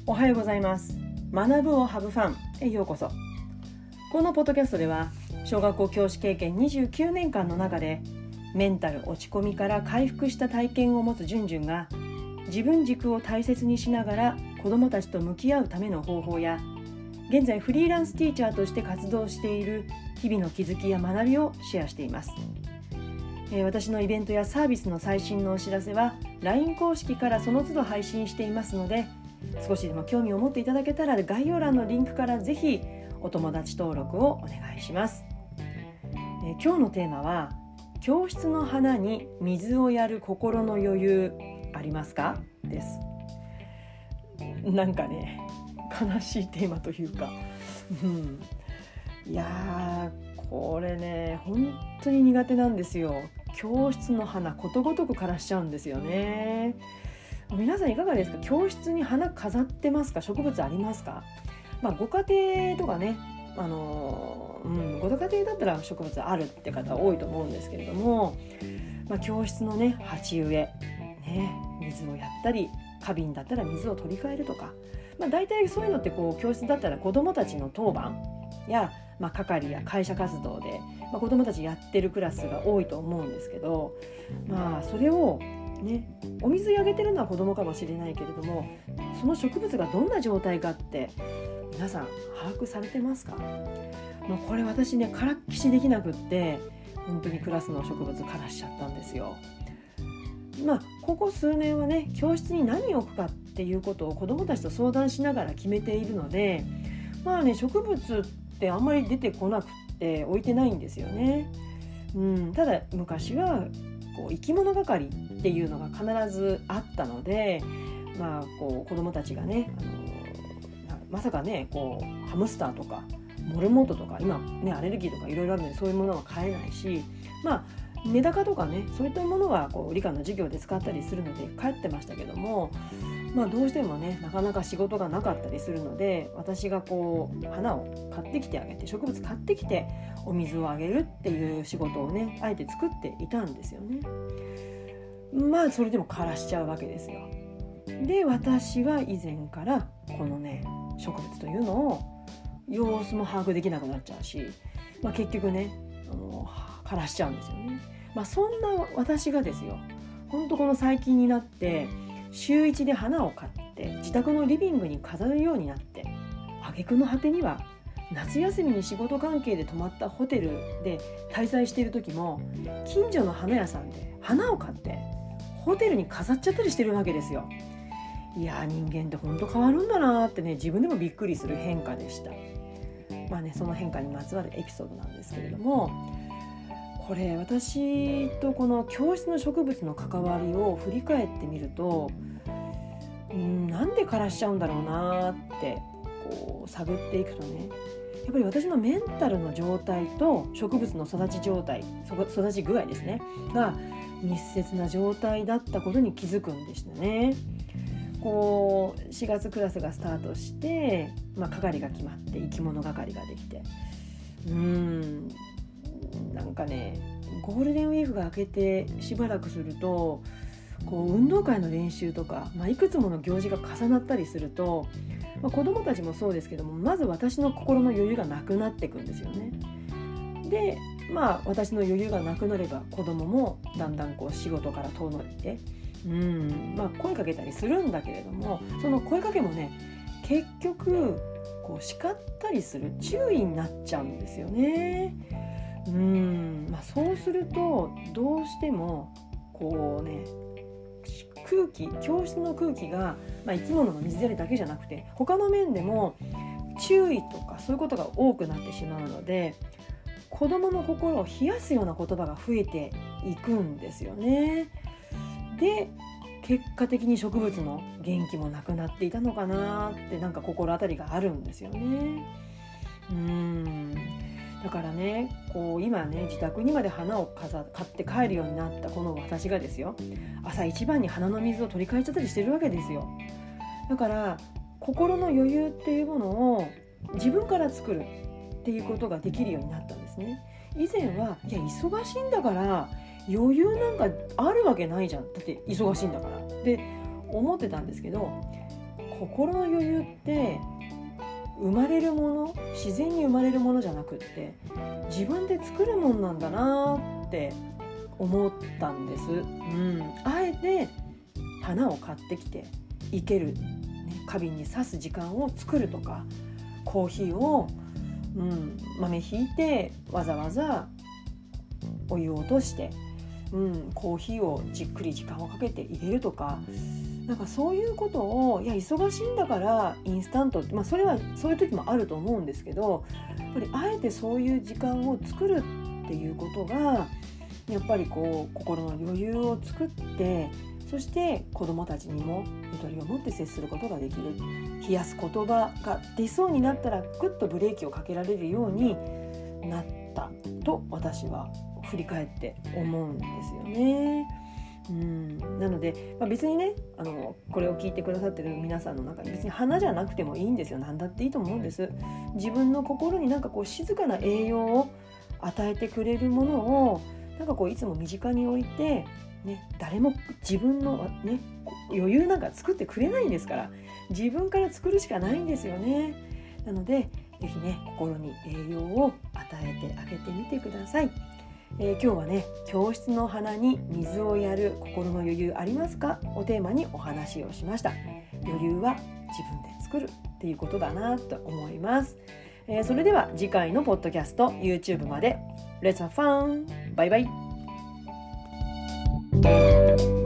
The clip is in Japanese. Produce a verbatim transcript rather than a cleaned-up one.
おはようございます。学ぶをハブファンへようこそ。このポッドキャストでは小学校教師経験にじゅうきゅうねんかんの中でメンタル落ち込みから回復した体験を持つじゅんじゅんが自分軸を大切にしながら子どもたちと向き合うための方法や現在フリーランスティーチャーとして活動している日々の気づきや学びをシェアしています。えー、私のイベントやサービスの最新のお知らせは ライン 公式からその都度配信していますので、少しでも興味を持っていただけたら概要欄のリンクからぜひお友達登録をお願いします。えー、今日のテーマは教室の花に水をやる心の余裕ありますかです。なんかね悲しいテーマというか、うん、いやーこれね本当に苦手なんですよ。教室の花ことごとく枯らしちゃうんですよね。皆さんいかがですか？教室に花飾ってますか？植物ありますか？まあ、ご家庭とかね、あのーうん、ご家庭だったら植物あるって方多いと思うんですけれども、まあ、教室のね鉢植え、ね、水をやったり花瓶だったら水を取り替えるとか、まあ、大体そういうのってこう教室だったら子どもたちの当番や、まあ、係や会社活動で、まあ、子どもたちやってるクラスが多いと思うんですけど、まあそれをね、お水あげてるのは子供かもしれないけれども、その植物がどんな状態かって皆さん把握されてますか？もうこれ私ねからっきしできなくって本当にクラスの植物枯らしちゃったんですよ。まあここ数年はね教室に何を置くかっていうことを子供たちと相談しながら決めているので、まあね植物ってあんまり出てこなくって置いてないんですよね。うん、ただ昔はこう生き物係っていうのが必ずあったので、まあ、こう子どもたちがね、あのまさかねこうハムスターとかモルモットとか今、ね、アレルギーとかいろいろあるのでそういうものは買えないし、まあ、メダカとかねそういったものはこう理科の授業で使ったりするので帰ってましたけども、まあ、どうしてもねなかなか仕事がなかったりするので私がこう花を買ってきてあげて植物買ってきてお水をあげるっていう仕事をねあえて作っていたんですよね。まあそれでも枯らしちゃうわけですよ。で私は以前からこのね植物というのを様子も把握できなくなっちゃうし、まあ、結局ねあの枯らしちゃうんですよね。まあそんな私がですよ本当この最近になって週一で花を買って自宅のリビングに飾るようになって、挙句の果てには夏休みに仕事関係で泊まったホテルで滞在している時も近所の花屋さんで花を買ってホテルに飾っちゃったりしてるわけですよ。いや人間って本当変わるんだなってね自分でもびっくりする変化でした。まあねその変化にまつわるエピソードなんですけれども、これ私とこの教室の植物の関わりを振り返ってみると、うんなんで枯らしちゃうんだろうなってこう探っていくとね、やっぱり私のメンタルの状態と植物の育ち状態育ち具合ですねが密接な状態だったことに気づくんでしたね。こうしがつクラスがスタートして、まあ、係が決まって生き物係ができて、うーんなんかねゴールデンウィークが明けてしばらくするとこう運動会の練習とか、まあ、いくつもの行事が重なったりすると、まあ、子どもたちもそうですけどもまず私の心の余裕がなくなっていくんですよね。でまあ私の余裕がなくなれば子どももだんだんこう仕事から遠のいて、うんまあ、声かけたりするんだけれども、その声かけもね結局こう叱ったりする注意になっちゃうんですよね。うんまあ、そうするとどうしてもこうね空気教室の空気が、まあ、生き物の水やりだけじゃなくて他の面でも注意とかそういうことが多くなってしまうので、子どもの心を冷やすような言葉が増えていくんですよね。で結果的に植物の元気もなくなっていたのかなってなんか心当たりがあるんですよね。うーんだからねこう今ね自宅にまで花を飾買って帰るようになったこの私がですよ朝一番に花の水を取り替えちゃったりしてるわけですよ。だから心の余裕っていうものを自分から作るっていうことができるようになったんですね。以前はいや忙しいんだから余裕なんかあるわけないじゃん、だって忙しいんだからって思ってたんですけど、 心の余裕って生まれるもの、自然に生まれるものじゃなくって自分で作るもんなんだなって思ったんです、うん、あえて花を買ってきて生ける、ね、花瓶に挿す時間を作るとか、コーヒーを、うん、豆ひいてわざわざお湯を落として、うん、コーヒーをじっくり時間をかけて入れるとか、なんかそういうことを、いや忙しいんだからインスタントって、まあ、それはそういう時もあると思うんですけど、やっぱりあえてそういう時間を作るっていうことがやっぱりこう心の余裕を作って、そして子どもたちにもゆとりを持って接することができる、冷やす言葉が出そうになったらグッとブレーキをかけられるようになったと私は振り返って思うんですよね。うん、なので、まあ、別にねあのこれを聞いてくださってる皆さんの中に別に花じゃなくてもいいんですよ。何だっていいと思うんです。自分の心になんかこう静かな栄養を与えてくれるものをなんかこういつも身近に置いて、ね、誰も自分の、ね、余裕なんか作ってくれないんですから、自分から作るしかないんですよね。なのでぜひね心に栄養を与えてあげてみてください。えー、今日はね教室の花に水をやる心の余裕ありますかをテーマにお話をしました。余裕は自分で作るっていうことだなと思います。えー、それでは次回のポッドキャスト YouTube まで Let's have fun! バイバイ。